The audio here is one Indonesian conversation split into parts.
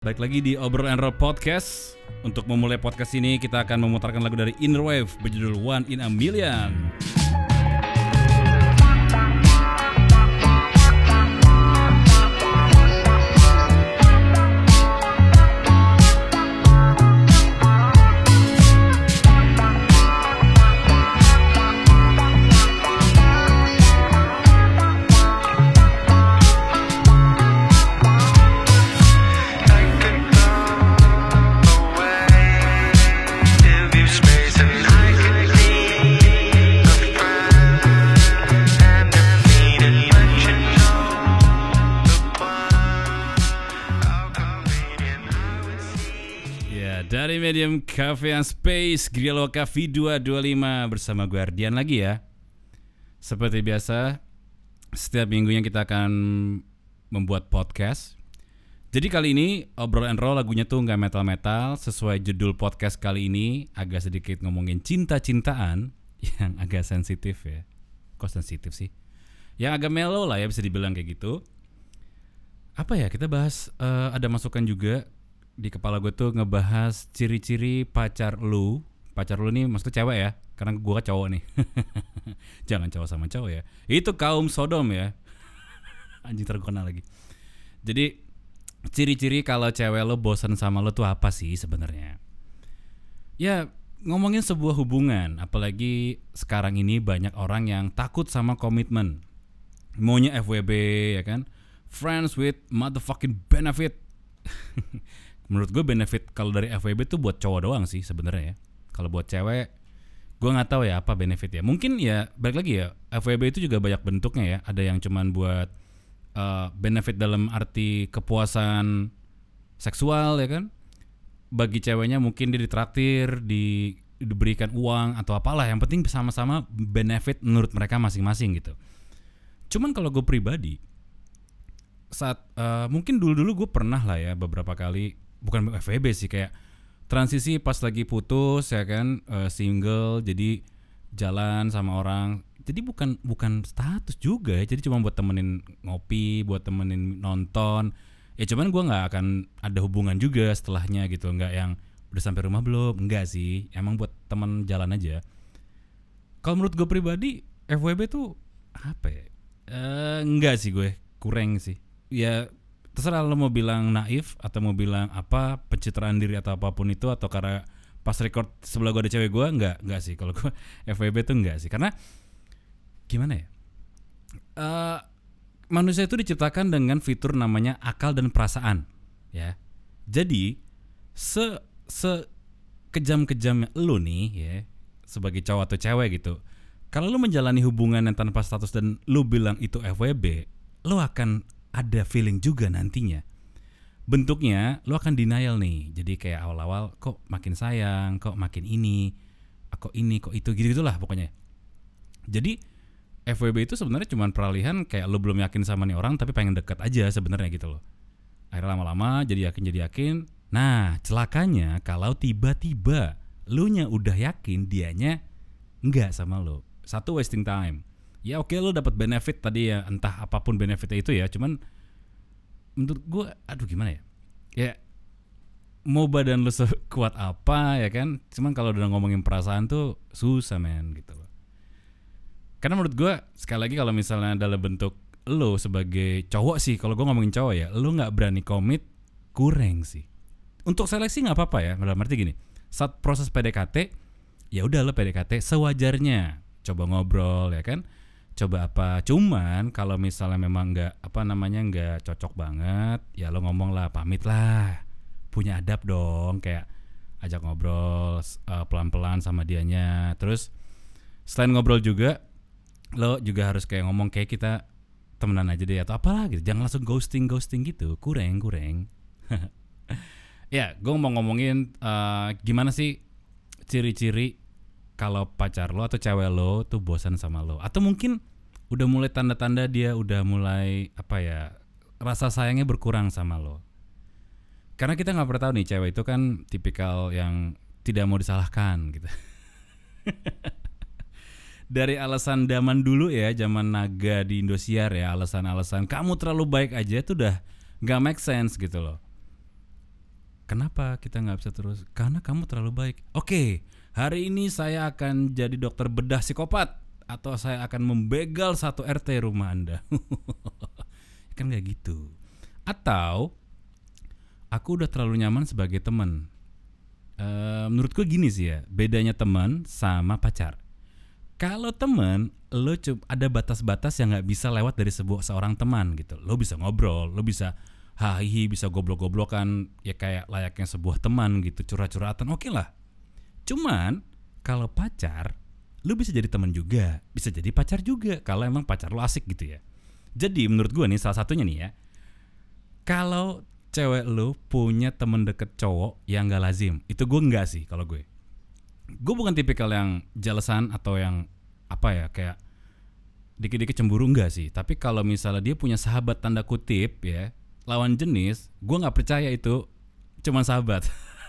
Balik lagi di Obrol and Roll Podcast. Untuk memulai podcast ini kita akan memutarkan lagu dari Inner Wave berjudul One in a Million. Dari Medium Cafe and Space, Grillo Cafe 225 bersama gue Ardian lagi ya. Seperti biasa, setiap minggunya kita akan membuat podcast. Jadi kali ini Obrol and Roll lagunya tuh gak metal-metal. Sesuai judul podcast kali ini, agak sedikit ngomongin cinta-cintaan yang agak sensitif ya. Kok sensitif sih? Yang agak mellow lah ya, bisa dibilang kayak gitu. Apa ya, kita bahas ada masukan juga. Di kepala gue tuh ngebahas ciri-ciri pacar lu. Pacar lu nih maksudnya cewek ya, karena gue cowok nih. Jangan cowok sama cowok ya, itu kaum Sodom ya. Anjing terkena lagi. Jadi ciri-ciri kalau cewek lo bosan sama lo tuh apa sih sebenarnya? Ya ngomongin sebuah hubungan, apalagi sekarang ini banyak orang yang takut sama komitmen. Maunya FWB ya kan, friends with motherfucking benefit. Menurut gue benefit kalau dari FWB tuh buat cowok doang sih sebenarnya ya. Kalau buat cewek, gue nggak tahu ya apa benefit ya. Mungkin ya balik lagi ya, FWB itu juga banyak bentuknya ya. Ada yang cuman buat benefit dalam arti kepuasan seksual ya kan. Bagi ceweknya mungkin dia ditraktir, diberikan uang atau apalah. Yang penting sama-sama benefit menurut mereka masing-masing gitu. Cuman kalau gue pribadi, saat mungkin dulu-dulu gue pernah lah ya beberapa kali, bukan FWB sih, kayak transisi pas lagi putus ya kan, single, jadi jalan sama orang, jadi bukan status juga ya, jadi cuma buat temenin ngopi, buat temenin nonton ya. Cuman gue nggak akan ada hubungan juga setelahnya gitu, nggak yang udah sampai rumah belum, enggak sih, emang buat temen jalan aja. Kalau menurut gue pribadi FWB tuh apa ya, enggak sih, gue kurang sih ya. Terserah lo mau bilang naif atau mau bilang apa, pencitraan diri atau apapun itu, atau karena pas record sebelah gue ada cewek gue, enggak sih. Kalau gue FWB tuh enggak sih, karena gimana ya, manusia itu diciptakan dengan fitur namanya akal dan perasaan ya. Jadi kejam-kejamnya lo nih ya sebagai cowok atau cewek gitu, kalau lo menjalani hubungan yang tanpa status dan lo bilang itu FWB, lo akan ada feeling juga nantinya. Bentuknya lo akan denial nih. Jadi kayak awal-awal kok makin sayang, kok makin ini, kok itu, gitu-gitulah pokoknya. Jadi FWB itu sebenarnya cuma peralihan, kayak lo belum yakin sama nih orang tapi pengen deket aja sebenarnya gitu loh. Akhirnya lama-lama jadi yakin. Nah, celakanya kalau tiba-tiba lo nya udah yakin, dianya enggak sama lo. Satu, wasting time. Ya oke, lo dapat benefit tadi ya, entah apapun benefitnya itu ya. Cuman menurut gue, aduh gimana ya, ya mau badan lo sekuat apa ya kan, cuman kalau udah ngomongin perasaan tuh susah men gitu loh. Karena menurut gue sekali lagi, kalau misalnya dalam bentuk lo sebagai cowok sih, kalau gue ngomongin cowok ya, lo nggak berani komit, kurang sih. Untuk seleksi nggak apa-apa ya, dalam arti gini, saat proses PDKT ya udah lo PDKT sewajarnya, coba ngobrol ya kan, coba apa. Cuman kalau misalnya memang nggak cocok banget, ya lo ngomong lah, pamit lah, punya adab dong, kayak ajak ngobrol pelan-pelan sama dianya. Terus selain ngobrol juga, lo juga harus kayak ngomong kayak kita temenan aja deh atau apalah gitu. Jangan langsung ghosting gitu, kurang. Ya, gue mau ngomongin gimana sih ciri-ciri kalau pacar lo atau cewek lo tuh bosan sama lo, atau mungkin udah mulai tanda-tanda dia udah mulai rasa sayangnya berkurang sama lo. Karena kita nggak pernah tahu nih, cewek itu kan tipikal yang tidak mau disalahkan gitu. Dari alasan zaman dulu ya, zaman naga di Indosiar ya, alasan-alasan kamu terlalu baik aja tuh udah nggak make sense gitu loh. Kenapa kita nggak bisa terus? Karena kamu terlalu baik. Oke, hari ini saya akan jadi dokter bedah psikopat, atau saya akan membegal satu RT rumah Anda. Kan nggak gitu. Atau aku udah terlalu nyaman sebagai teman. Menurutku gini sih ya, bedanya teman sama pacar. Kalau teman, lo ada batas-batas yang nggak bisa lewat dari seorang teman gitu. Lo bisa ngobrol, lo bisa hahihi, bisa goblok-goblokan, ya kayak layaknya sebuah teman gitu, curhat-curhatan, oke lah. Cuman kalau pacar, lo bisa jadi teman juga, bisa jadi pacar juga. Kalau emang pacar lo asik gitu ya. Jadi menurut gue nih, salah satunya nih ya, kalau cewek lu punya temen deket cowok yang gak lazim, itu gue enggak sih. Kalau gue bukan tipikal yang jealousan atau yang apa ya, kayak dikit-dikit cemburu, enggak sih. Tapi kalau misalnya dia punya sahabat tanda kutip ya, lawan jenis, gue gak percaya itu cuma sahabat.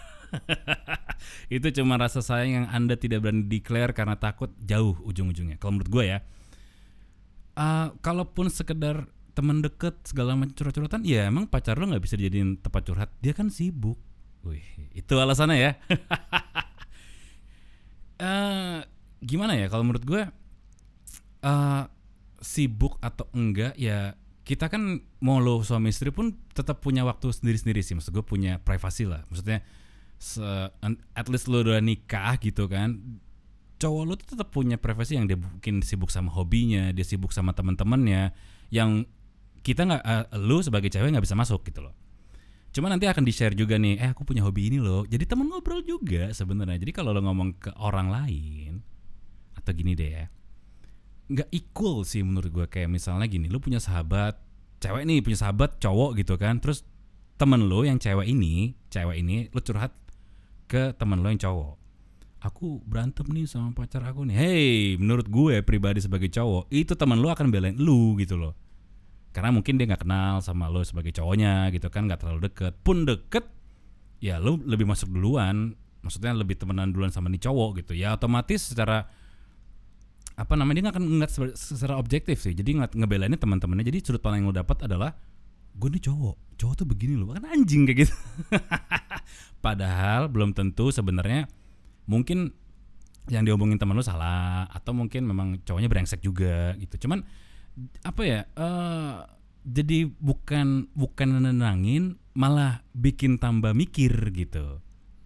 Itu cuma rasa sayang yang Anda tidak berani declare karena takut jauh ujung-ujungnya. Kalau menurut gue ya, kalaupun sekedar teman deket segala macam curhat-curhatan, ya emang pacar lo nggak bisa dijadiin tempat curhat, dia kan sibuk. Wih, itu alasannya ya. Gimana ya, kalau menurut gue sibuk atau enggak ya, kita kan mau lo suami istri pun tetap punya waktu sendiri-sendiri sih. Maksud gue punya privasi lah. Maksudnya at least lo udah nikah gitu kan, cowok lo tuh tetap punya privasi yang dia mungkin sibuk sama hobinya, dia sibuk sama teman-temannya yang kita nggak, lu sebagai cewek nggak bisa masuk gitu loh. Cuma nanti akan di-share juga nih, aku punya hobi ini loh. Jadi teman ngobrol juga sebenarnya. Jadi kalau lo ngomong ke orang lain, atau gini deh ya, nggak equal sih menurut gue. Kayak misalnya gini, lu punya sahabat cewek nih, punya sahabat cowok gitu kan, terus temen lo yang cewek ini lu curhat ke temen lo yang cowok. Aku berantem nih sama pacar aku nih. Hey, menurut gue pribadi sebagai cowok, itu temen lo akan belain lu gitu loh. Karena mungkin dia gak kenal sama lo sebagai cowoknya gitu kan, gak terlalu deket. Pun deket, ya lo lebih masuk duluan. Maksudnya lebih temenan duluan sama nih cowok gitu. Ya otomatis secara apa namanya, dia gak akan ngeliat secara objektif sih. Jadi ngebelainnya teman-temannya. Jadi sudut pandang yang lo dapat adalah, gue nih cowok tuh begini loh. Kan anjing kayak gitu. Padahal belum tentu sebenarnya, mungkin yang diomongin teman lo salah, atau mungkin memang cowoknya brengsek juga gitu. Cuman apa ya, jadi bukan nenangin, malah bikin tambah mikir gitu.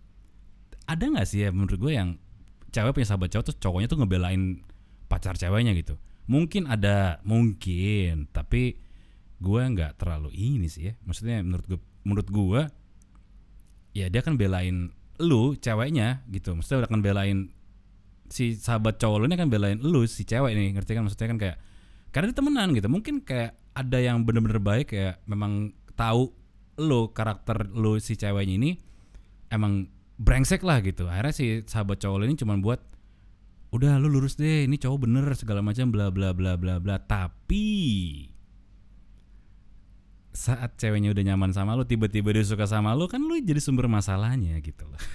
Ada nggak sih ya menurut gue yang cewek punya sahabat cowok terus cowoknya tuh ngebelain pacar ceweknya gitu? Mungkin ada, mungkin, tapi gue nggak terlalu ini sih ya. Maksudnya menurut gue ya dia kan belain lu ceweknya gitu. Maksudnya akan belain si sahabat cowok lu ini, akan belain lu si cewek nih, ngerti kan? Maksudnya kan kayak karena dia temenan gitu. Mungkin kayak ada yang bener-bener baik, kayak memang tahu lo, karakter lo si ceweknya ini emang brengsek lah gitu. Akhirnya si sahabat cowok lo ini cuma buat, udah lo lurus deh, ini cowok bener segala macam bla bla bla bla bla. Tapi saat ceweknya udah nyaman sama lo, tiba-tiba dia suka sama lo, kan lo jadi sumber masalahnya gitu loh.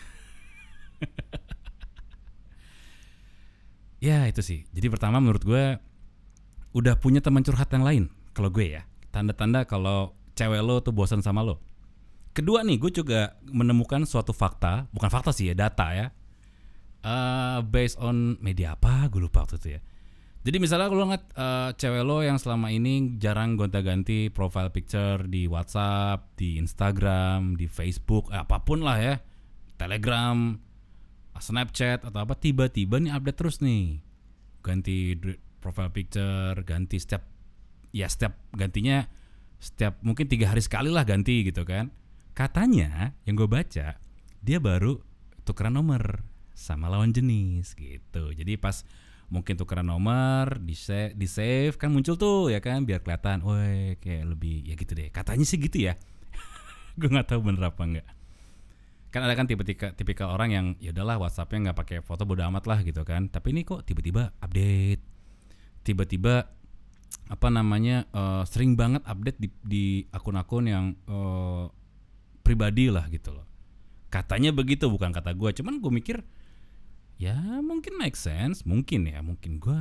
Ya itu sih. Jadi pertama menurut gue, udah punya teman curhat yang lain. Kalau gue ya, tanda-tanda kalau cewek lo tuh bosan sama lo. Kedua nih, gue juga menemukan suatu fakta, bukan fakta sih ya, data ya, based on media apa, gue lupa waktu itu ya. Jadi misalnya lo ngeliat cewek lo yang selama ini jarang gonta-ganti profile picture di WhatsApp, di Instagram, di Facebook, apapun lah ya, Telegram, Snapchat atau apa, tiba-tiba nih update terus nih, ganti profile picture, ganti setiap gantinya setiap mungkin 3 hari sekali lah ganti gitu kan. Katanya yang gue baca, dia baru tukeran nomor sama lawan jenis gitu. Jadi pas mungkin tukeran nomor di save kan muncul tuh ya kan, biar kelihatan, woi kayak lebih ya gitu deh. Katanya sih gitu ya. Gue nggak tahu bener apa enggak. Kan ada kan tipikal orang yang ya udahlah WhatsAppnya nggak pakai foto, bodo amat lah gitu kan. Tapi ini kok tiba-tiba update, tiba-tiba apa namanya sering banget update di akun-akun yang pribadi lah gitu loh. Katanya begitu, bukan kata gue. Cuman gue mikir ya mungkin make sense, mungkin gue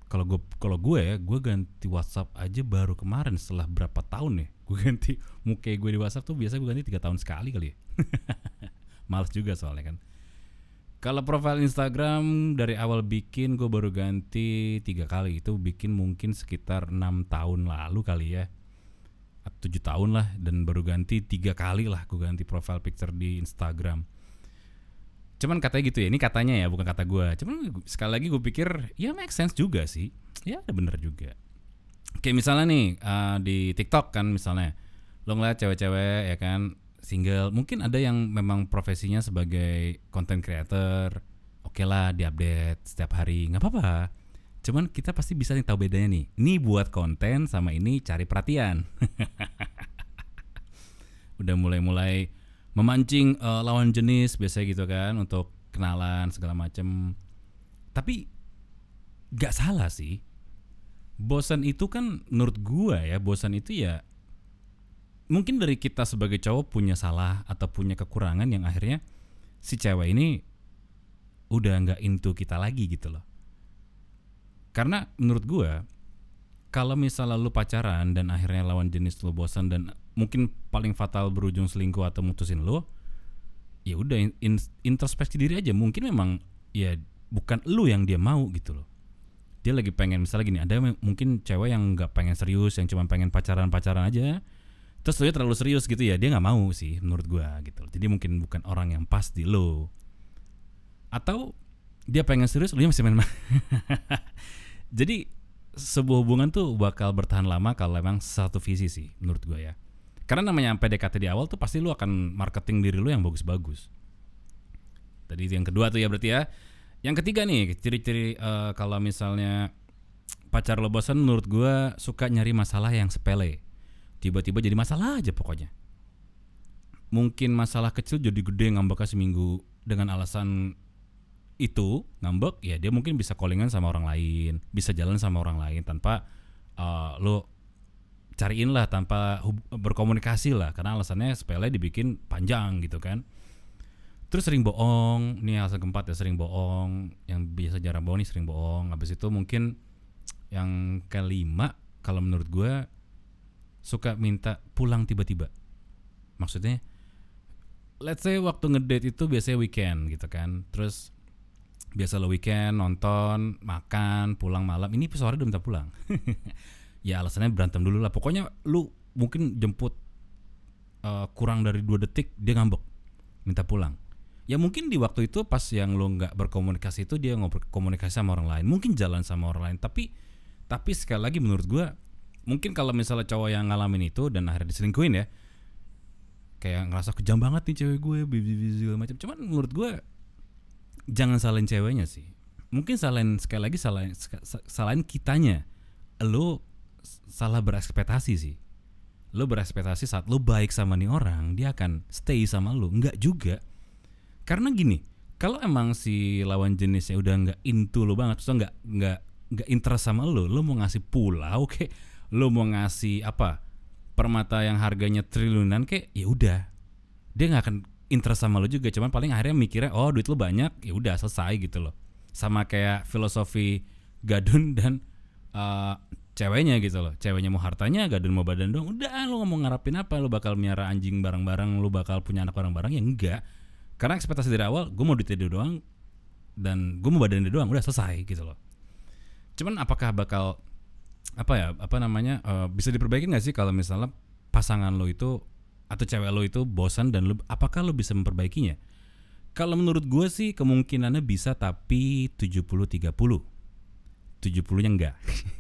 Kalau gue ya, gue ganti WhatsApp aja baru kemarin setelah berapa tahun ya. Gue ganti muka gue di WhatsApp tuh biasa gue ganti 3 tahun sekali kali ya. Males juga soalnya kan. Kalau profil Instagram dari awal bikin gue baru ganti 3 kali. Itu bikin mungkin sekitar 6 tahun lalu kali ya, 7 tahun lah. Dan baru ganti 3 kali lah gue ganti profile picture di Instagram. Cuman katanya gitu ya, ini katanya ya, bukan kata gue. Cuman sekali lagi gue pikir ya make sense juga sih. Ya ada bener juga. Kayak misalnya nih di TikTok kan misalnya, lo ngeliat cewek-cewek ya kan single, mungkin ada yang memang profesinya sebagai content creator. Oke lah, diupdate setiap hari, nggak apa-apa. Cuman kita pasti bisa nih tahu bedanya nih. Ini buat konten sama ini cari perhatian. Udah mulai-mulai memancing lawan jenis biasanya gitu kan, untuk kenalan segala macem. Tapi gak salah sih. Bosan itu kan menurut gua ya, bosan itu ya mungkin dari kita sebagai cowok punya salah atau punya kekurangan yang akhirnya si cewek ini udah gak into kita lagi gitu loh. Karena menurut gua, kalau misalnya lu pacaran dan akhirnya lawan jenis lu bosan dan mungkin paling fatal berujung selingkuh atau mutusin lu, ya udah introspeksi diri aja. Mungkin memang ya bukan lu yang dia mau gitu loh. Dia lagi pengen, misalnya gini, ada mungkin cewek yang nggak pengen serius, yang cuma pengen pacaran aja. Terus lu terlalu serius gitu ya, dia nggak mau sih menurut gua gitu loh. Jadi mungkin bukan orang yang pas di lo. Atau dia pengen serius, lu masih main. Jadi sebuah hubungan tuh bakal bertahan lama kalau emang satu visi sih menurut gue ya. Karena namanya PDKT di awal tuh pasti lu akan marketing diri lu yang bagus-bagus. Tadi yang kedua tuh ya berarti ya. Yang ketiga nih, ciri-ciri kalau misalnya pacar lo bosan, menurut gue suka nyari masalah yang sepele. Tiba-tiba jadi masalah aja pokoknya. Mungkin masalah kecil jadi gede, ngambeknya seminggu dengan alasan itu ngambek, ya dia mungkin bisa callingan sama orang lain, bisa jalan sama orang lain tanpa lo cariin lah, tanpa berkomunikasi lah, karena alasannya sepele dibikin panjang gitu kan. Terus sering bohong, ini alasan keempat ya, sering bohong. Yang biasa jarang bohong nih sering bohong. Habis itu mungkin yang kelima, kalau menurut gue suka minta pulang tiba-tiba. Maksudnya let's say waktu ngedate itu biasanya weekend gitu kan. Terus biasa lo weekend nonton, makan, pulang malam. Ini sore udah minta pulang. Ya alasannya berantem dulu lah. Pokoknya lu mungkin jemput kurang dari 2 detik dia ngambek, minta pulang. Ya mungkin di waktu itu pas yang lo nggak berkomunikasi itu dia ngobrol komunikasi sama orang lain, mungkin jalan sama orang lain. Tapi sekali lagi menurut gue, mungkin kalau misalnya cowok yang ngalamin itu dan akhirnya diselingkuhin ya, kayak ngerasa kejam banget nih cewek gue, segala macam. Cuman menurut gue jangan salahin ceweknya sih. Mungkin sekali lagi salahin kitanya. Lo salah berekspektasi sih. Lo berekspektasi saat lo baik sama nih orang, dia akan stay sama lo. Enggak juga. Karena gini, kalau emang si lawan jenisnya udah nggak into lo banget, terus nggak interest sama lo mau ngasih pulau kayak, lo mau ngasih apa, permata yang harganya triliunan kayak, ya udah, dia nggak akan interest sama lo juga. Cuman paling akhirnya mikirnya, oh duit lo banyak, ya udah selesai gitu loh. Sama kayak filosofi Gadun dan ceweknya gitu loh. Ceweknya mau hartanya, Gadun mau badan doang. Udah, lo ngomong ngarapin apa? Lo bakal miara anjing bareng-bareng, lo bakal punya anak bareng-bareng? Ya enggak. Karena ekspektasi dari awal, gue mau duitnya dia doang dan gue mau badan dia doang, udah selesai gitu loh. Cuman apakah bakal bisa diperbaiki nggak sih kalau misalnya pasangan lo itu atau cewek lo itu bosan dan lo, apakah lo bisa memperbaikinya? Kalau menurut gue sih kemungkinannya bisa, tapi 70-30. 70-nya enggak.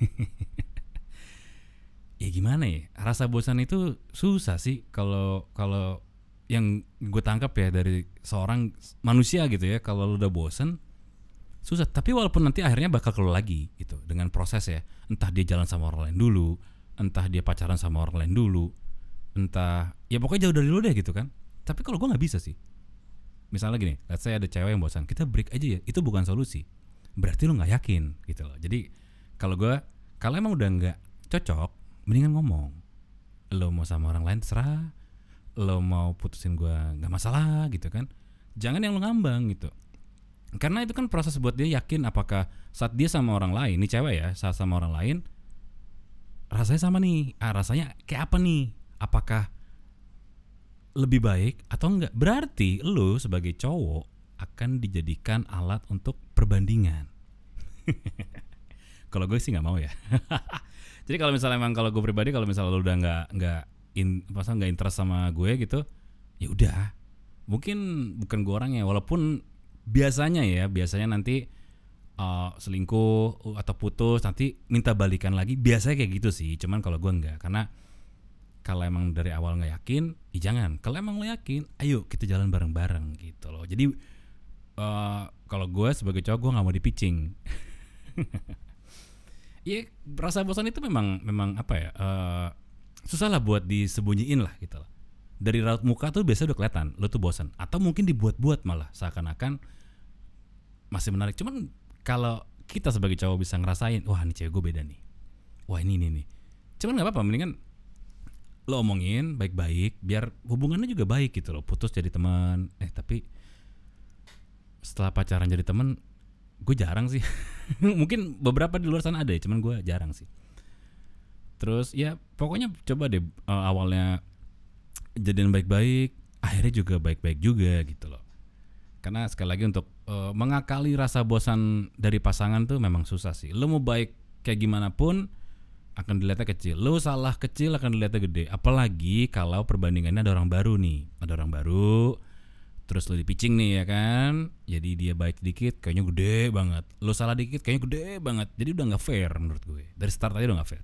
Ya gimana ya? Rasa bosan itu susah sih kalau yang gue tangkap ya dari seorang manusia gitu ya. Kalau lu udah bosen susah, tapi walaupun nanti akhirnya bakal keluar lagi gitu dengan proses ya, entah dia jalan sama orang lain dulu, entah dia pacaran sama orang lain dulu, entah ya pokoknya jauh dari lu deh gitu kan. Tapi kalau gue nggak bisa sih. Misalnya gini, let's say ada cewek yang bosan, kita break aja ya, itu bukan solusi, berarti lu nggak yakin gitu loh. Jadi kalau emang udah nggak cocok, mendingan ngomong. Lo mau sama orang lain terserah, lo mau putusin gue nggak masalah gitu kan. Jangan yang lo ngambang gitu. Karena itu kan proses buat dia yakin apakah saat dia sama orang lain, ini cewek ya, saat sama orang lain rasanya sama nih, rasanya kayak apa nih, apakah lebih baik atau enggak. Berarti lu sebagai cowok akan dijadikan alat untuk perbandingan. Kalau gue sih nggak mau ya. Jadi kalau misalnya emang kalau gue pribadi, kalau misalnya lu udah nggak interest sama gue gitu, ya udah. Mungkin bukan gue orangnya, walaupun biasanya nanti selingkuh atau putus nanti minta balikan lagi, biasanya kayak gitu sih. Cuman kalau gue enggak, karena kalau emang dari awal nggak yakin, jangan. Kalau emang lo yakin, ayo kita jalan bareng-bareng gitu loh. Jadi kalau gue sebagai cowok, gue nggak mau dipicing. Iya, rasa bosan itu memang apa ya? Susah lah buat disembunyiin lah gitu loh. Dari raut muka tuh biasa udah kelihatan lo tuh bosan, atau mungkin dibuat-buat malah seakan-akan masih menarik. Cuman kalau kita sebagai cowok bisa ngerasain, wah ini cewek gue beda nih, wah ini nih. Cuman nggak apa-apa, mendingan lo omongin baik-baik biar hubungannya juga baik gitu loh. Putus jadi teman, tapi setelah pacaran jadi teman, gue jarang sih. Mungkin beberapa di luar sana ada ya, cuman gue jarang sih. Terus ya pokoknya coba deh awalnya jadian baik-baik, akhirnya juga baik-baik juga gitu loh. Karena sekali lagi untuk mengakali rasa bosan dari pasangan tuh memang susah sih. Lo mau baik kayak gimana pun akan dilihatnya kecil. Lo salah kecil akan dilihatnya gede. Apalagi kalau perbandingannya ada orang baru nih. Ada orang baru, terus lo dipicing nih ya kan. Jadi dia baik dikit kayaknya gede banget, lo salah dikit kayaknya gede banget. Jadi udah gak fair menurut gue. Dari start aja udah gak fair.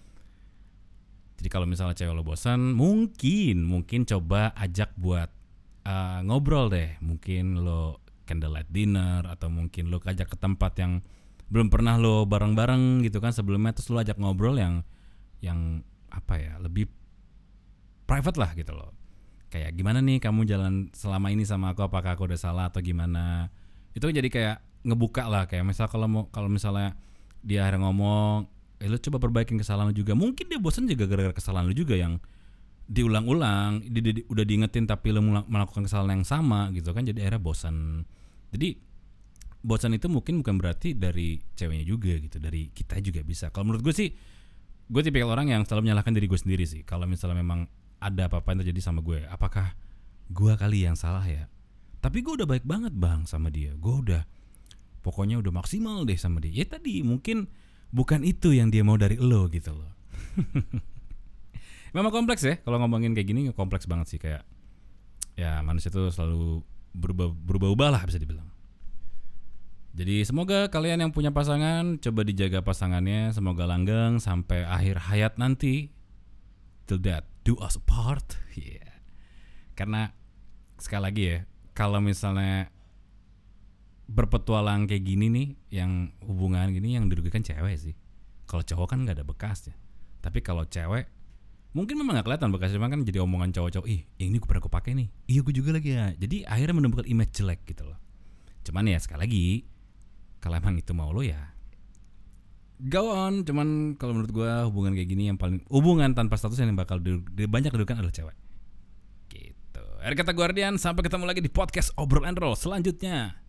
Jadi kalau misalnya cewek lo bosan, mungkin coba ajak buat ngobrol deh. Mungkin lo candlelight dinner, atau mungkin lo ajak ke tempat yang belum pernah lo bareng-bareng gitu kan sebelumnya, terus lo ajak ngobrol yang apa ya, lebih private lah gitu loh. Kayak gimana nih kamu jalan selama ini sama aku, apakah aku udah salah atau gimana. Itu jadi kayak ngebuka lah. Kayak misal kalau misalnya dia akhirnya ngomong, lo coba perbaikin kesalahan lo juga. Mungkin dia bosan juga gara-gara kesalahan lo juga yang diulang-ulang, udah diingetin tapi lo melakukan kesalahan yang sama gitu kan, jadi akhirnya bosan. Jadi bosan itu mungkin bukan berarti dari ceweknya juga gitu, dari kita juga bisa. Kalau menurut gue sih, gue tipikal orang yang selalu menyalahkan diri gue sendiri sih. Kalau misalnya memang ada apa-apa yang terjadi sama gue, apakah gue kali yang salah ya? Tapi gue udah baik banget bang sama dia, gue udah pokoknya udah maksimal deh sama dia. Ya tadi mungkin bukan itu yang dia mau dari lo gitu loh. Memang kompleks ya, kalau ngomongin kayak gini kompleks banget sih. Kayak ya manusia tuh selalu berubah-ubah lah bisa dibilang. Jadi semoga kalian yang punya pasangan coba dijaga pasangannya, semoga langgeng sampai akhir hayat nanti. Till death do us apart. Yeah. Karena sekali lagi ya, kalau misalnya berpetualang kayak gini nih, yang hubungan gini yang dirugikan cewek sih. Kalau cowok kan nggak ada bekasnya. Tapi kalau cewek mungkin memang nggak kelihatan bekasnya, cuma kan jadi omongan cowok-cowok. Ini gue pernah gue pakai nih. Iya gue juga lagi ya. Jadi akhirnya menumbuhkan image jelek gitu loh. Cuman ya sekali lagi, kalau emang itu mau lo ya go on. Cuman kalau menurut gue hubungan kayak gini yang paling, hubungan tanpa status yang bakal banyak dirugikan adalah cewek. Gitu. Akhir kata Guardian, sampai ketemu lagi di podcast Obrol and Roll selanjutnya.